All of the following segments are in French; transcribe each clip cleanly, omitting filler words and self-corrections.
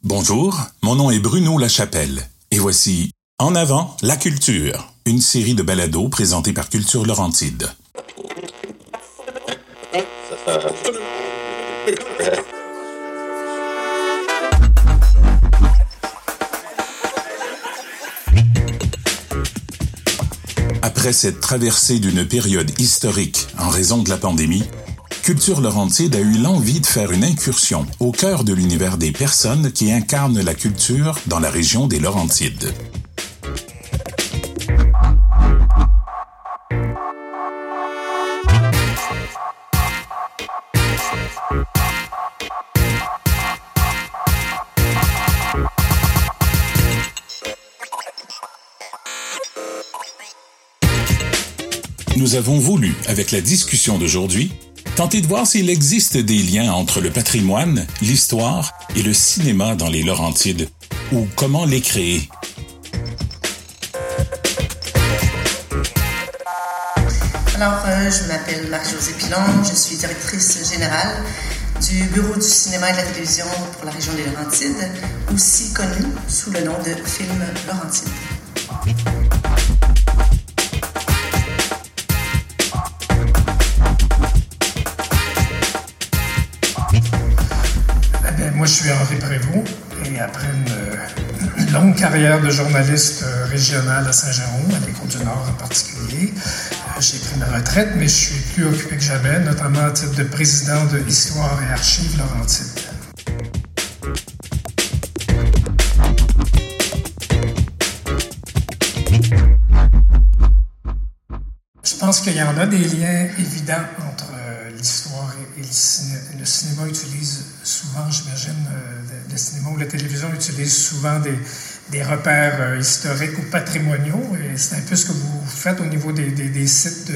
Bonjour, mon nom est Bruno Lachapelle et voici En avant la culture, une série de balados présentés par Culture Laurentide. Après cette traversée d'une période historique en raison de la pandémie, Culture Laurentide a eu l'envie de faire une incursion au cœur de l'univers des personnes qui incarnent la culture dans la région des Laurentides. Nous avons voulu, avec la discussion d'aujourd'hui, tenter de voir s'il existe des liens entre le patrimoine, l'histoire et le cinéma dans les Laurentides, ou comment les créer. Alors, je m'appelle Marie-Josée Pilon, je suis directrice générale du Bureau du cinéma et de la télévision pour la région des Laurentides, aussi connue sous le nom de Film Laurentide. Moi, je suis Henri Prévost et après une longue carrière de journaliste régional à Saint-Jérôme, à l'Écho-du-Nord en particulier, j'ai pris ma retraite, mais je suis plus occupé que jamais, notamment à titre de président de Histoire et Archives Laurentides. Je pense qu'il y en a des liens évidents entre l'histoire et le cinéma utilise souvent, j'imagine, le cinéma ou la télévision utilise souvent des repères historiques ou patrimoniaux. Et c'est un peu ce que vous faites au niveau des sites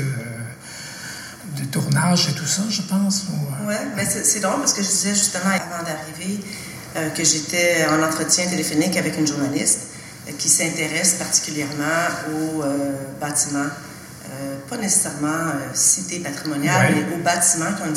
de tournage et tout ça, je pense. Oui, mais c'est drôle parce que je disais justement avant d'arriver que j'étais en entretien téléphonique avec une journaliste qui s'intéresse particulièrement aux bâtiments. Pas nécessairement cité patrimoniale, mais aux bâtiments qui ont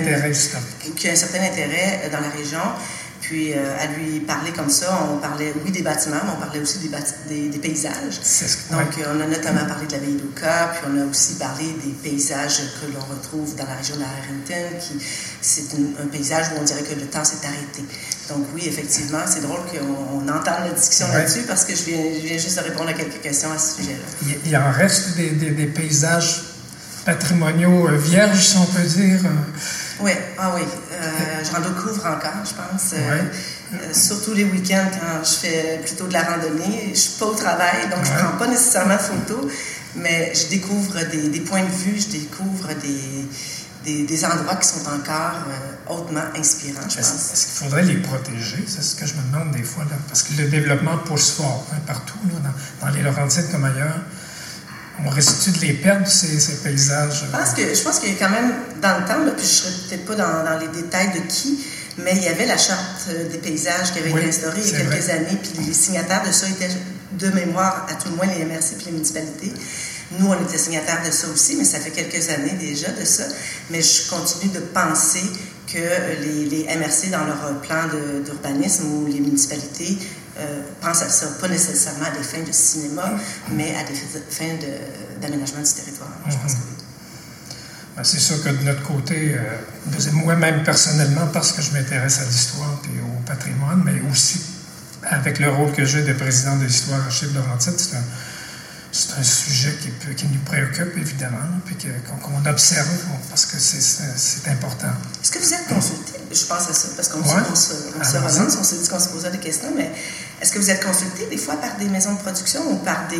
un certain intérêt dans la région. Puis, à lui parler comme ça, on parlait, oui, des bâtiments, mais on parlait aussi des paysages. Donc, on a notamment parlé de la baie d'Oka, puis on a aussi parlé des paysages que l'on retrouve dans la région de la Harrington, c'est un paysage où on dirait que le temps s'est arrêté. Donc, oui, effectivement, c'est drôle qu'on entende la discussion là-dessus, parce que je viens juste de répondre à quelques questions à ce sujet-là. Il en reste des paysages patrimoniaux vierges, si on peut dire. Oui, j'en découvre encore, je pense. Surtout les week-ends, quand je fais plutôt de la randonnée. Je ne suis pas au travail, donc je ne prends pas nécessairement de photos, mais je découvre des points de vue, je découvre des endroits qui sont encore hautement inspirants, je pense. Est-ce qu'il faudrait les protéger? C'est ce que je me demande des fois, là, parce que le développement pousse fort partout, là, dans les Laurentides comme ailleurs. On risque-tu de les perdre, ces paysages? Je pense qu'il y a quand même, dans le temps, là, puis je ne serais peut-être pas dans les détails de qui, mais il y avait la charte des paysages qui avait été instaurée il y a quelques années, puis les signataires de ça étaient, de mémoire, à tout le moins les MRC puis les municipalités. Nous, on était signataires de ça aussi, mais ça fait quelques années déjà de ça. Mais je continue de penser que les MRC, dans leur plan d'urbanisme ou les municipalités, pensent à ça, pas nécessairement à des fins de cinéma, mais à des fins d'aménagement du territoire. Je pense que oui. C'est sûr que de notre côté, moi-même personnellement, parce que je m'intéresse à l'histoire et au patrimoine, mais aussi avec le rôle que j'ai de président de l'Histoire Archives Laurentides, c'est un sujet qui nous préoccupe, évidemment, puis qu'on observe, parce que c'est important. Est-ce que vous êtes consulté? Je pense à ça, parce qu'on se relance, on s'est dit qu'on se posait des questions, mais est-ce que vous êtes consulté des fois par des maisons de production ou par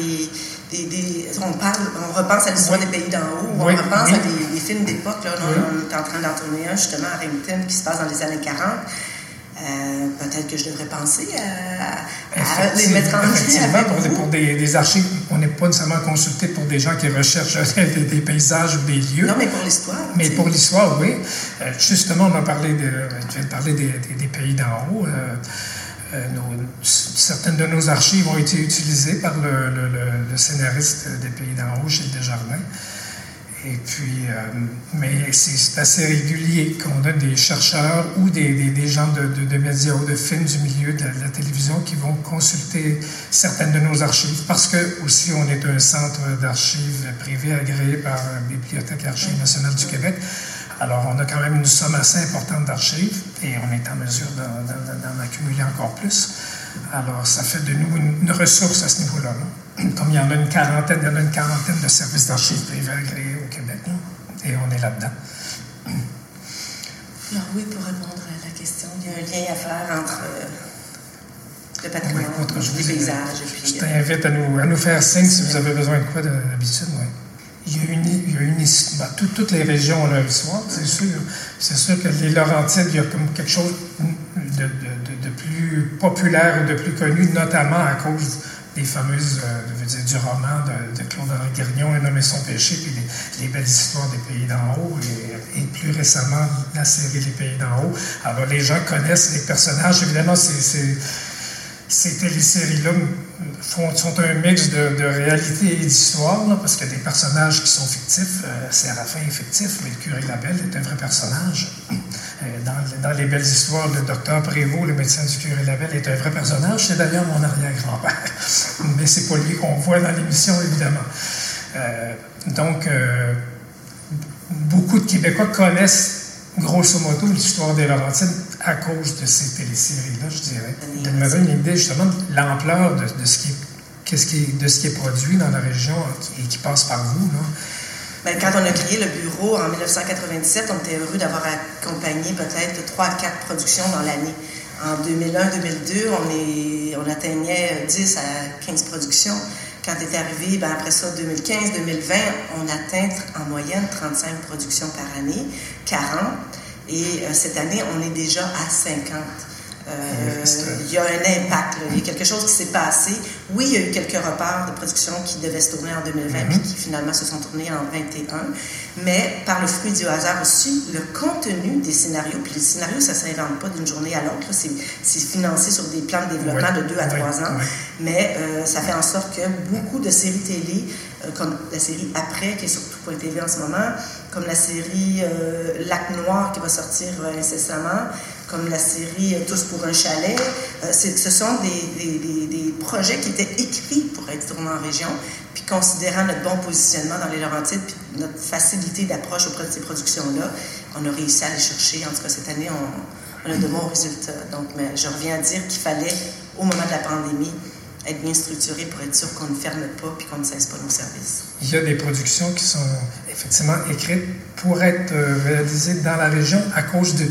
on repense à l'histoire des pays d'en haut, ou on repense à des films d'époque, là, on est en train d'en tourner un, justement, à Harrington, qui se passe dans les années 40. Peut-être que je devrais penser à les mettre en effectivement, pour des archives, on n'est pas nécessairement consulté pour des gens qui recherchent des paysages ou des lieux. Non, mais pour l'histoire. Mais pour l'histoire, oui. Justement, on a parlé je viens de parler des pays d'en haut. Certaines de nos archives ont été utilisées par le scénariste des pays d'en haut, Gilles Desjardins. Et puis, mais c'est assez régulier qu'on a des chercheurs ou des gens de médias ou de films du milieu de la télévision qui vont consulter certaines de nos archives, parce que aussi on est un centre d'archives privé agréé par la Bibliothèque Archives nationale du Québec. Alors, on a quand même une somme assez importante d'archives et on est en mesure d'en accumuler encore plus. Alors, ça fait de nous une ressource à ce niveau-là. Comme il y en a une quarantaine de services d'archives privés agréés au Québec. Et on est là-dedans. Alors oui, pour répondre à la question, il y a un lien à faire entre le patrimoine, les paysages. Je t'invite à nous faire signe si vous avez besoin de quoi d'habitude. Oui. Il y a une histoire. Toutes les régions ont leur histoire, c'est sûr. C'est sûr que les Laurentides, il y a comme quelque chose de plus populaire et de plus connu, notamment à cause des fameuses, du roman de Claude-Henri Grignon, Un homme et son péché, puis les belles histoires des pays d'en haut, et plus récemment, la série Les pays d'en haut. Alors, les gens connaissent les personnages. Évidemment, ces téléséries-là sont un mix de réalité et d'histoire, parce qu'il y a des personnages qui sont fictifs. Séraphin est fictif, mais le curé Labelle est un vrai personnage. Dans les belles histoires, le docteur Prévost, le médecin du curé Labelle, est un vrai personnage. C'est d'ailleurs mon arrière-grand-père. Mais c'est pas lui qu'on voit dans l'émission, évidemment. Donc, beaucoup de Québécois connaissent grosso modo l'histoire des Laurentides à cause de ces téléséries-là, je dirais. Ça me donne une idée justement de l'ampleur de ce qui est produit dans la région et qui passe par vous, là. Bien, quand on a créé le bureau en 1997, on était heureux d'avoir accompagné peut-être 3 à 4 productions dans l'année. En 2001-2002, on atteignait 10 à 15 productions. Quand est arrivé, bien, après ça, 2015-2020, on atteint en moyenne 35 productions par année, 40. Et cette année, on est déjà à 50. Il y a un impact, là. Il y a quelque chose qui s'est passé. Oui, il y a eu quelques reparts de production qui devaient se tourner en 2020 puis qui finalement se sont tournés en 2021. Mais par le fruit du hasard aussi, le contenu des scénarios, puis les scénarios, ça ne s'invente pas d'une journée à l'autre. C'est financé sur des plans de développement de 2 à 3 ans. Mais ça fait en sorte que beaucoup de séries télé, comme la série Après, qui est sur Tout.tv en ce moment, comme la série Lac Noir qui va sortir incessamment, comme la série Tous pour un chalet. Ce sont des projets qui étaient écrits pour être tournés en région, puis considérant notre bon positionnement dans les Laurentides, puis notre facilité d'approche auprès de ces productions-là, on a réussi à les chercher. En tout cas, cette année, on a de bons résultats. Donc, mais je reviens à dire qu'il fallait, au moment de la pandémie, être bien structuré pour être sûr qu'on ne ferme pas puis qu'on ne cesse pas nos services. Il y a des productions qui sont effectivement écrites pour être réalisées dans la région à cause de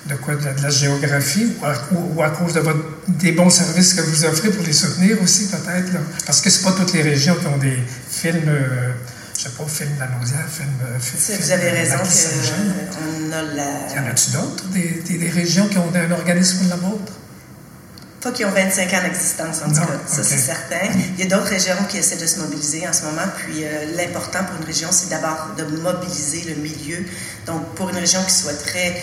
la géographie ou à cause des bons services que vous offrez pour les soutenir aussi, peut-être, là. Parce que c'est pas toutes les régions qui ont des films, je sais pas, films de la Naudière, vous avez raison qu'on a Y en a-tu d'autres, des régions qui ont un organisme comme la vôtre? Pas qui ont 25 ans d'existence, en tout cas. Ça, c'est certain. Il y a d'autres régions qui essaient de se mobiliser en ce moment. Puis, l'important pour une région, c'est d'abord de mobiliser le milieu. Donc, pour une région qui souhaiterait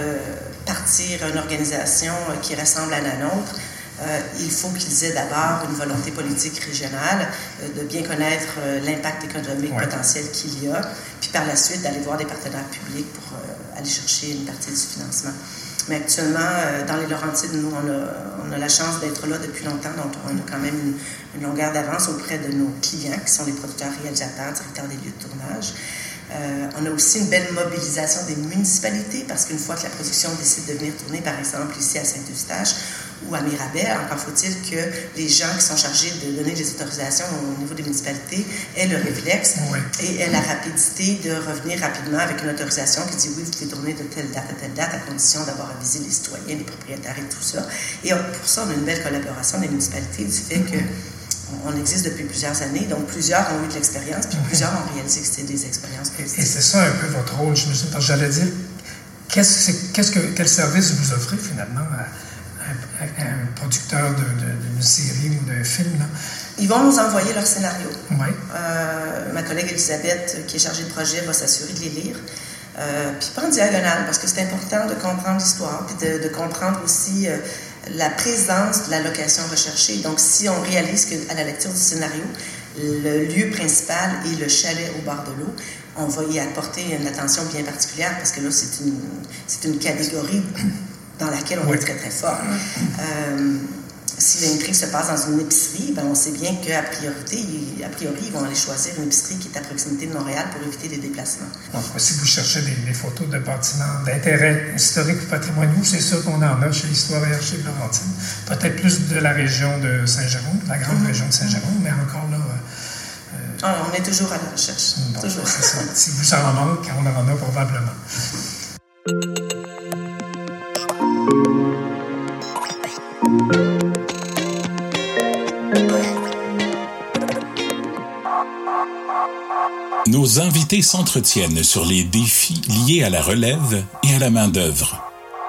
partir une organisation qui ressemble à la nôtre, il faut qu'ils aient d'abord une volonté politique régionale, de bien connaître l'impact économique potentiel qu'il y a, puis par la suite, d'aller voir des partenaires publics pour aller chercher une partie du financement. Mais actuellement, dans les Laurentides, nous, on a la chance d'être là depuis longtemps, donc on a quand même une longueur d'avance auprès de nos clients, qui sont les producteurs, réalisateurs, directeurs des lieux de tournage. On a aussi une belle mobilisation des municipalités, parce qu'une fois que la production décide de venir tourner, par exemple, ici à Saint-Eustache ou à Mirabel, encore faut-il que les gens qui sont chargés de donner les autorisations au niveau des municipalités aient le réflexe et aient la rapidité de revenir rapidement avec une autorisation qui dit oui, vous pouvez tourner de telle date à telle date, à condition d'avoir avisé les citoyens, les propriétaires et tout ça. Et pour ça, on a une belle collaboration des municipalités du fait que on existe depuis plusieurs années, donc plusieurs ont eu de l'expérience, puis plusieurs ont réalisé que c'était des expériences positives. Et c'est ça un peu votre rôle, je me suis dit, parce que j'allais dire, quel service vous offrez finalement à un producteur d'une série ou d'un film, là? Ils vont nous envoyer leur scénario. Oui. Ma collègue Elisabeth, qui est chargée de projet, va s'assurer de les lire. Puis pas en diagonale, parce que c'est important de comprendre l'histoire, puis de comprendre aussi la présence de la location recherchée. Donc, si on réalise qu'à la lecture du scénario, le lieu principal est le chalet au bord de l'eau, on va y apporter une attention bien particulière parce que là, c'est une catégorie dans laquelle on est très, très fort. Si l'intrigue se passe dans une épicerie, ben on sait bien qu'à priori, ils vont aller choisir une épicerie qui est à proximité de Montréal pour éviter des déplacements. Donc, si vous cherchez des photos de bâtiments d'intérêt historique ou patrimoniaux, c'est sûr qu'on en a chez Histoire et Archives Laurentides. Peut-être plus de la région de Saint-Jérôme, la grande région de Saint-Jérôme, mais encore là... on est toujours à la recherche. Bon, toujours. C'est ça. Si vous en manquez, on en a probablement. Nos invités s'entretiennent sur les défis liés à la relève et à la main-d'œuvre.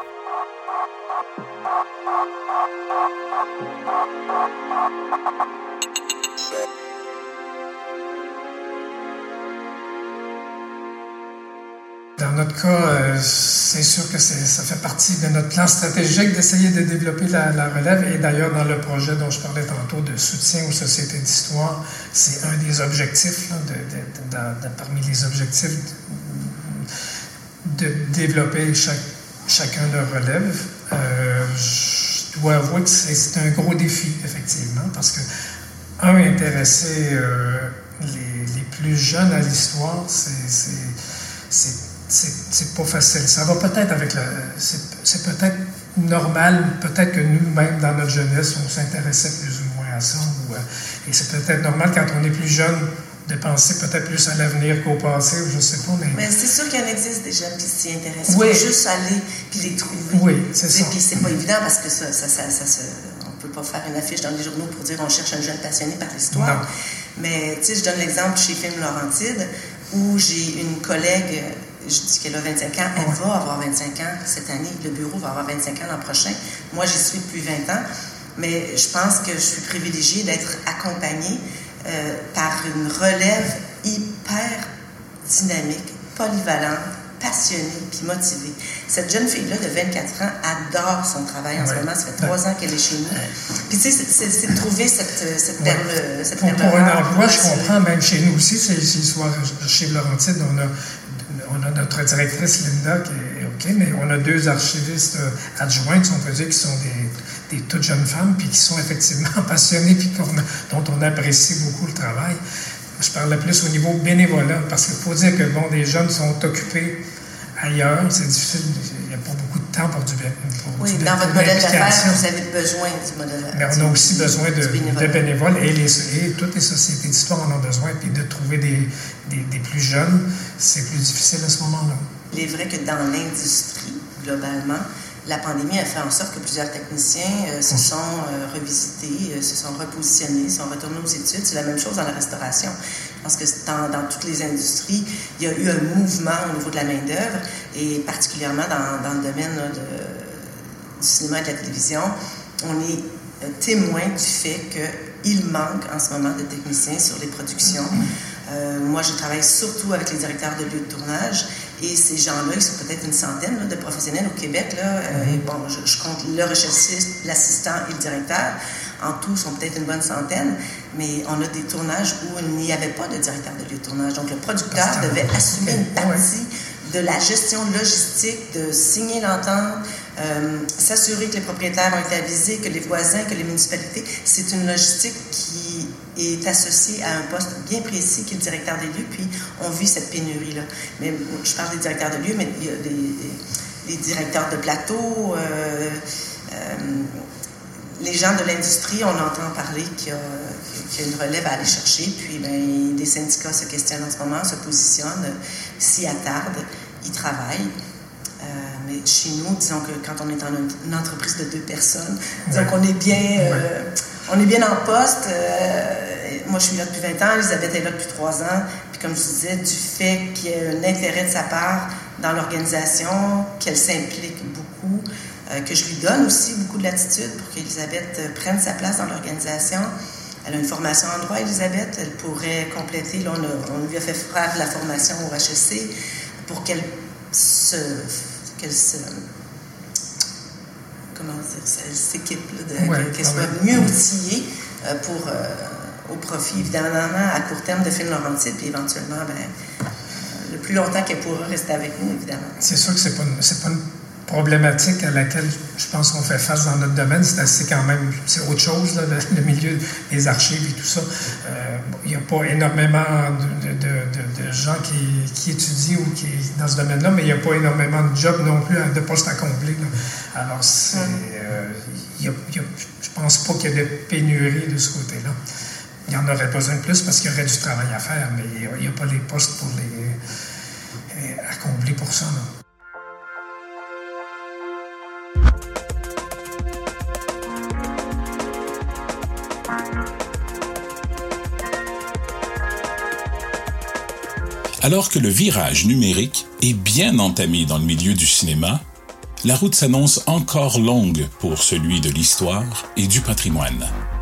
Dans notre cas, c'est sûr que ça fait partie de notre plan stratégique d'essayer de développer la relève. Et d'ailleurs, dans le projet dont je parlais tantôt de soutien aux sociétés d'histoire, c'est un des objectifs, là, parmi les objectifs, de développer chacun leur relève. Je dois avouer que c'est un gros défi, effectivement, parce que, intéresser les plus jeunes à l'histoire, c'est pas facile. Ça va peut-être avec c'est peut-être normal, peut-être que nous-mêmes, dans notre jeunesse, on s'intéressait plus ou moins à ça. Et c'est peut-être normal, quand on est plus jeune, de penser peut-être plus à l'avenir qu'au passé, ou je sais pas. Mais c'est sûr qu'il y en existe des jeunes qui s'y intéressent. Oui. Il faut juste aller puis les trouver. Oui, c'est ça. Puis c'est pas évident parce que on peut pas faire une affiche dans les journaux pour dire on cherche un jeune passionné par l'histoire. Non. Mais tu sais, je donne l'exemple chez Film Laurentide où j'ai une collègue. Je dis qu'elle a 25 ans. Elle va avoir 25 ans cette année. Le bureau va avoir 25 ans l'an prochain. Moi, j'y suis depuis 20 ans. Mais je pense que je suis privilégiée d'être accompagnée par une relève hyper dynamique, polyvalente, passionnée puis motivée. Cette jeune fille-là de 24 ans adore son travail en ce moment. Ça fait 3 ans qu'elle est chez nous. Puis tu sais, c'est de trouver cette perle. Pour un emploi, je comprends, même chez nous aussi, c'est Histoire chez Laurentide, on a notre directrice Linda qui est OK, mais on a 2 archivistes adjointes, si on peut dire, qui sont des toutes jeunes femmes, puis qui sont effectivement passionnées, puis dont on apprécie beaucoup le travail. Je parlais plus au niveau bénévolat, parce qu'il faut dire que, des jeunes sont occupés ailleurs, c'est difficile, il n'y a pas beaucoup de temps pour du Oui, dans votre modèle d'affaires, vous avez besoin du modèle d'affaires. Mais on a aussi besoin de bénévoles, et toutes les sociétés d'histoire en ont besoin, puis de trouver des plus jeunes, c'est plus difficile à ce moment-là. Il est vrai que dans l'industrie, globalement, la pandémie a fait en sorte que plusieurs techniciens se sont revisités, se sont repositionnés, sont retournés aux études. C'est la même chose dans la restauration. Je pense que dans toutes les industries, il y a eu un mouvement au niveau de la main-d'œuvre, et particulièrement dans le domaine du cinéma et de la télévision, on est témoin du fait qu'il manque en ce moment de techniciens sur les productions. Moi, je travaille surtout avec les directeurs de lieux de tournage, et ces gens-là, ils sont peut-être une centaine de professionnels au Québec. Je compte le recherchiste, l'assistant et le directeur. En tout, ils sont peut-être une bonne centaine, mais on a des tournages où il n'y avait pas de directeur de lieu de tournage. Donc, le producteur devait assumer une partie de la gestion logistique, de signer l'entente, s'assurer que les propriétaires ont été avisés, que les voisins, que les municipalités. C'est une logistique qui est associée à un poste bien précis qui est le directeur des lieux, puis on vit cette pénurie-là. Mais je parle des directeurs de lieux, mais il y a les directeurs de plateau, les gens de l'industrie, on entend parler qu'il y a une relève à aller chercher, puis des syndicats se questionnent en ce moment, se positionnent, s'y attardent, ils travaillent. Mais chez nous, disons que quand on est dans une entreprise de 2 personnes, disons qu'on est bien, on est bien en poste. Moi, je suis là depuis 20 ans, Elisabeth est là depuis 3 ans. Puis comme je vous disais, du fait qu'il y ait un intérêt de sa part dans l'organisation, qu'elle s'implique beaucoup, que je lui donne aussi beaucoup de latitude pour qu'Elisabeth prenne sa place dans l'organisation. Elle a une formation en droit, Elisabeth. Elle pourrait compléter. Là, on lui a fait faire la formation au HEC pour qu'elle s'équipe, qu'elle soit mieux outillée au profit, évidemment, à court terme de Film Laurentide, puis éventuellement, le plus longtemps qu'elle pourra rester avec nous, évidemment. C'est sûr que c'est pas une problématique à laquelle je pense qu'on fait face dans notre domaine. C'est autre chose, là, le milieu des archives et tout ça. Il n'y a pas énormément de gens qui étudient ou qui dans ce domaine-là, mais il n'y a pas énormément de jobs non plus, de postes à combler. Là. Alors, je pense pas qu'il y ait de pénurie de ce côté-là. Il y en aurait besoin de plus parce qu'il y aurait du travail à faire, mais il n'y a pas les postes à combler pour ça. Là. Alors que le virage numérique est bien entamé dans le milieu du cinéma, la route s'annonce encore longue pour celui de l'histoire et du patrimoine.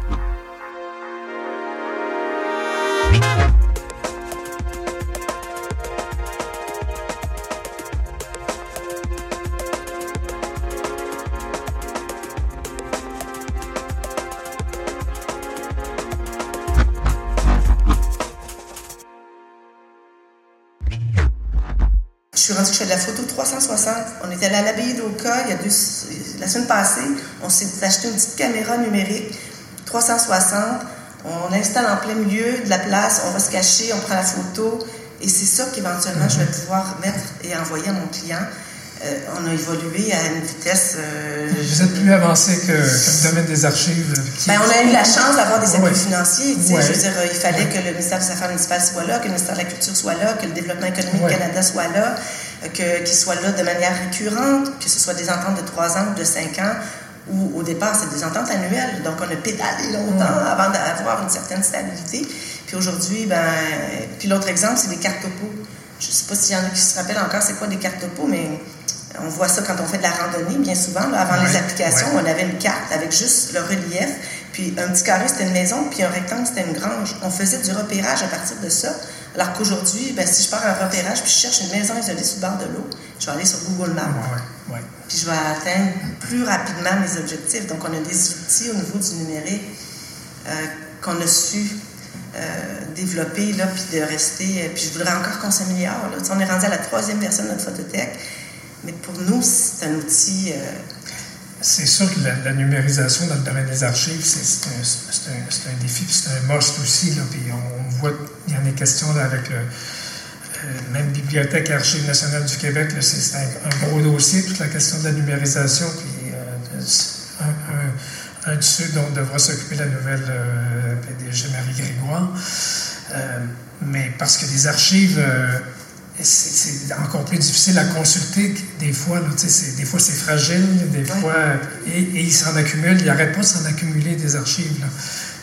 Je suis rendue que je fais de la photo 360. On était allé à l'abbaye d'Oka la semaine passée. On s'est acheté une petite caméra numérique 360. On installe en plein milieu de la place. On va se cacher, on prend la photo. Et c'est ça qu'éventuellement, je vais pouvoir mettre et envoyer à mon client. On a évolué à une vitesse... Vous êtes plus avancé que le domaine des archives. On a eu la chance d'avoir des appuis financiers. Je veux dire, il fallait que le ministère des Affaires municipales soit là, que le ministère de la Culture soit là, que le Développement économique du Canada soit là, qu'il soit là de manière récurrente, que ce soit des ententes de 3 ans ou de 5 ans, ou au départ, c'est des ententes annuelles. Donc, on a pédalé longtemps avant d'avoir une certaine stabilité. Puis aujourd'hui, puis l'autre exemple, c'est des cartes topo. Je ne sais pas s'il y en a qui se rappellent encore c'est quoi des cartes topo, mais on voit ça quand on fait de la randonnée, bien souvent. Là, avant les applications, on avait une carte avec juste le relief, puis un petit carré, c'était une maison, puis un rectangle, c'était une grange. On faisait du repérage à partir de ça. Alors qu'aujourd'hui, si je pars à un repérage, puis je cherche une maison isolée sur le bord de l'eau, je vais aller sur Google Maps. Puis je vais atteindre plus rapidement mes objectifs. Donc, on a des outils au niveau du numérique qu'on a su développer, là, puis de rester... Puis je voudrais encore qu'on s'améliore. Là. On est rendu à la 3e version de notre photothèque. Mais pour nous, c'est un outil... C'est sûr que la numérisation dans le domaine des archives, c'est un défi, puis c'est un must aussi. Là, puis on voit qu'il y en a question là, avec même Bibliothèque et Archives nationales du Québec. Là, c'est un gros dossier, toute la question de la numérisation. Puis un de ceux dont devra s'occuper la nouvelle PDG Marie Grégoire. Mais parce que les archives... c'est encore plus difficile à consulter des fois. Là, des fois, c'est fragile, des fois... Et il s'en accumule. Il n'arrête pas de s'en accumuler des archives. Là.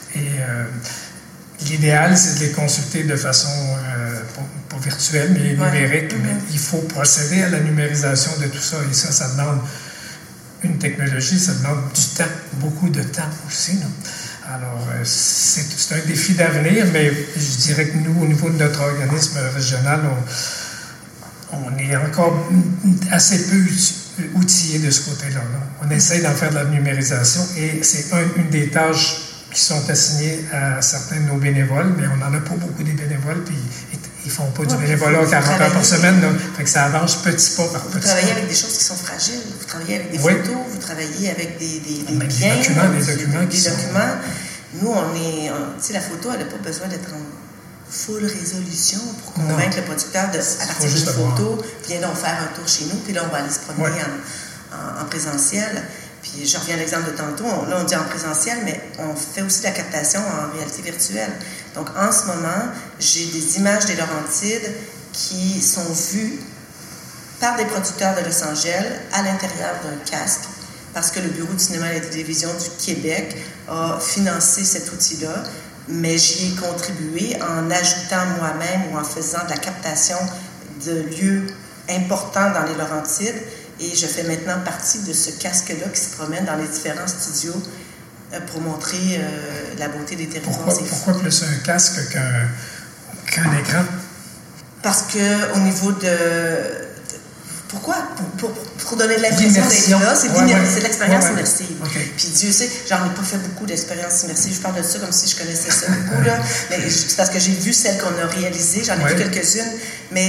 Et l'idéal, c'est de les consulter de façon, pas virtuelle, mais numérique. Mais il faut procéder à la numérisation de tout ça. Et ça demande une technologie, ça demande du temps, beaucoup de temps aussi. Là. Alors, c'est un défi d'avenir, mais je dirais que nous, au niveau de notre organisme régional, on est encore assez peu outillés de ce côté-là. Là. On essaie d'en faire de la numérisation et c'est une des tâches qui sont assignées à certains de nos bénévoles, mais on n'en a pas beaucoup des bénévoles, puis ils ne font pas du bénévolat 40 heures par semaine. Là. Fait que ça avance petit pas par petit pas. Vous travaillez avec des choses qui sont fragiles, vous travaillez avec des photos, vous travaillez avec des biens, des documents. Nous, tu sais, la photo, elle n'a pas besoin d'être en full résolution pour convaincre le producteur à partir d'une photo, viens donc faire un tour chez nous, puis là, on va aller se promener en présentiel. Puis je reviens à l'exemple de tantôt, là, on dit en présentiel, mais on fait aussi de la captation en réalité virtuelle. Donc, en ce moment, j'ai des images des Laurentides qui sont vues par des producteurs de Los Angeles à l'intérieur d'un casque, parce que le Bureau du cinéma et de la télévision du Québec a financé cet outil-là, mais j'y ai contribué en ajoutant moi-même ou en faisant de la captation de lieux importants dans les Laurentides, et je fais maintenant partie de ce casque-là qui se promène dans les différents studios pour montrer la beauté des territoires. Pourquoi plus un casque qu'un écran? Parce qu'au niveau de... Pourquoi? Pour donner de l'impression d'être là, c'est de l'expérience immersive. Okay. Puis Dieu sait, j'en ai pas fait beaucoup d'expériences immersives. Je parle de ça comme si je connaissais ça beaucoup, là. Mais c'est parce que j'ai vu celles qu'on a réalisées, j'en ai vu quelques-unes. Mais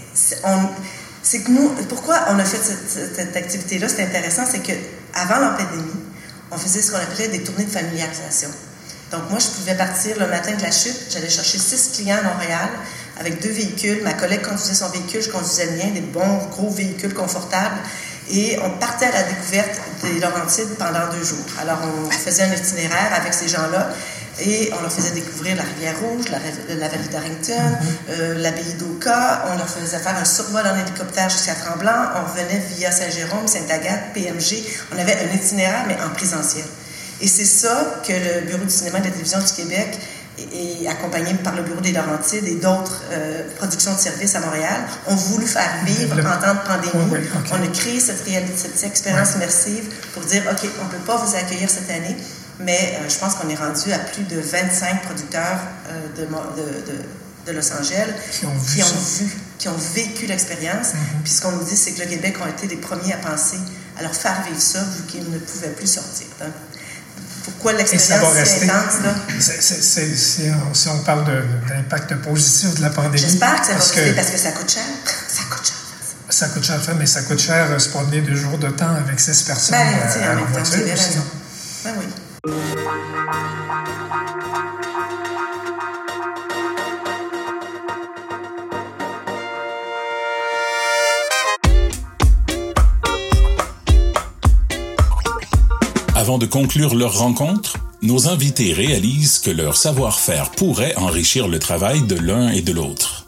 c'est que nous, pourquoi on a fait cette activité-là, c'est intéressant, c'est qu'avant la pandémie, on faisait ce qu'on appelait des tournées de familiarisation. Donc, moi, je pouvais partir le matin de la chute. J'allais chercher 6 clients à Montréal avec 2 véhicules. Ma collègue conduisait son véhicule, je conduisais le mien, des bons, gros véhicules confortables. Et on partait à la découverte des Laurentides pendant 2 jours. Alors, on faisait un itinéraire avec ces gens-là et on leur faisait découvrir la Rivière-Rouge, la vallée d'Arrington, l'abbaye d'Oka. On leur faisait faire un survol en hélicoptère jusqu'à Tremblant. On revenait via Saint-Jérôme, Sainte-Agathe, PMG. On avait un itinéraire, mais en présentiel. Et c'est ça que le Bureau du cinéma et de la télévision du Québec, et accompagné par le Bureau des Laurentides et d'autres productions de services à Montréal, ont voulu faire vivre en temps de pandémie. Okay. On a créé cette expérience immersive pour dire, OK, on ne peut pas vous accueillir cette année, mais je pense qu'on est rendu à plus de 25 producteurs de Los Angeles qui ont vécu l'expérience. Puis ce qu'on nous dit, c'est que le Québec ont été les premiers à penser à leur faire vivre ça, vu qu'ils ne pouvaient plus sortir. Donc, pourquoi l'expérience est intense, là? Si on parle d'impact positif de la pandémie... J'espère que ça va rester parce que ça coûte cher. Ça coûte cher. Ça coûte cher, mais ça coûte cher se promener 2 jours de temps avec 6 personnes en même temps, tu avais raison. Ben oui. Avant de conclure leur rencontre, nos invités réalisent que leur savoir-faire pourrait enrichir le travail de l'un et de l'autre.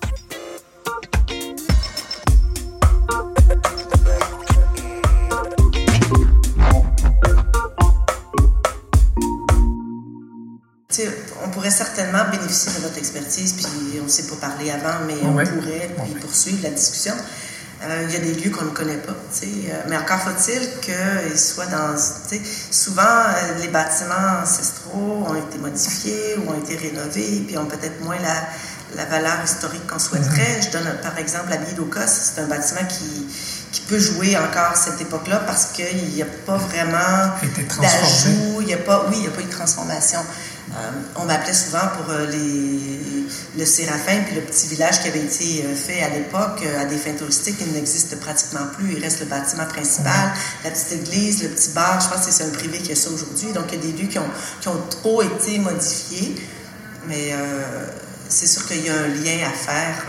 On pourrait certainement bénéficier de notre expertise, puis on ne s'est pas parlé avant, mais on pourrait poursuivre la discussion. Il y a des lieux qu'on ne connaît pas, mais encore faut-il qu'ils soient dans... Souvent, les bâtiments ancestraux ont été modifiés ou ont été rénovés, puis ont peut-être moins la valeur historique qu'on souhaiterait. Je donne par exemple l'abbaye d'Oka, c'est un bâtiment qui peut jouer encore cette époque-là parce qu'il n'y a pas vraiment d'ajout, il n'y a pas eu de transformation. On m'appelait souvent pour le Séraphin puis le petit village qui avait été fait à l'époque à des fins touristiques. Il n'existe pratiquement plus. Il reste le bâtiment principal, la petite église, le petit bar. Je pense que c'est un privé qui a ça aujourd'hui. Donc, il y a des lieux qui ont trop été modifiés. Mais c'est sûr qu'il y a un lien à faire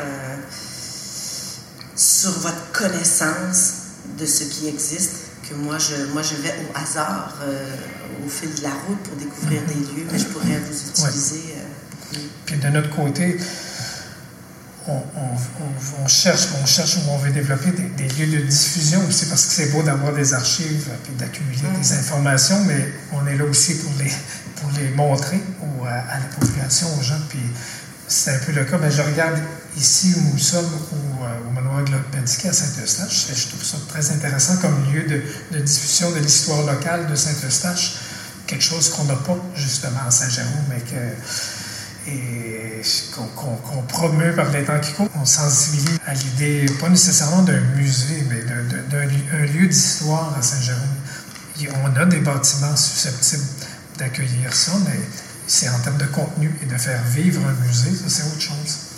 sur votre connaissance de ce qui existe. Que moi, je vais au hasard, au fil de la route pour découvrir des lieux, mais je pourrais vous utiliser. Puis de notre côté, on cherche où on veut développer des lieux de diffusion aussi, parce que c'est beau d'avoir des archives et d'accumuler des informations, mais on est là aussi pour les montrer à la population, aux gens. Puis c'est un peu le cas. Mais je regarde ici où nous sommes, au manoir Globensky à Saint-Eustache. Je trouve ça très intéressant comme lieu de diffusion de l'histoire locale de Saint-Eustache. Quelque chose qu'on n'a pas justement à Saint-Jérôme, mais qu'on promeut par les temps qui courent. On sensibilise à l'idée, pas nécessairement d'un musée, mais d'un lieu d'histoire à Saint-Jérôme. On a des bâtiments susceptibles d'accueillir ça, mais c'est en termes de contenu et de faire vivre un musée, ça c'est autre chose.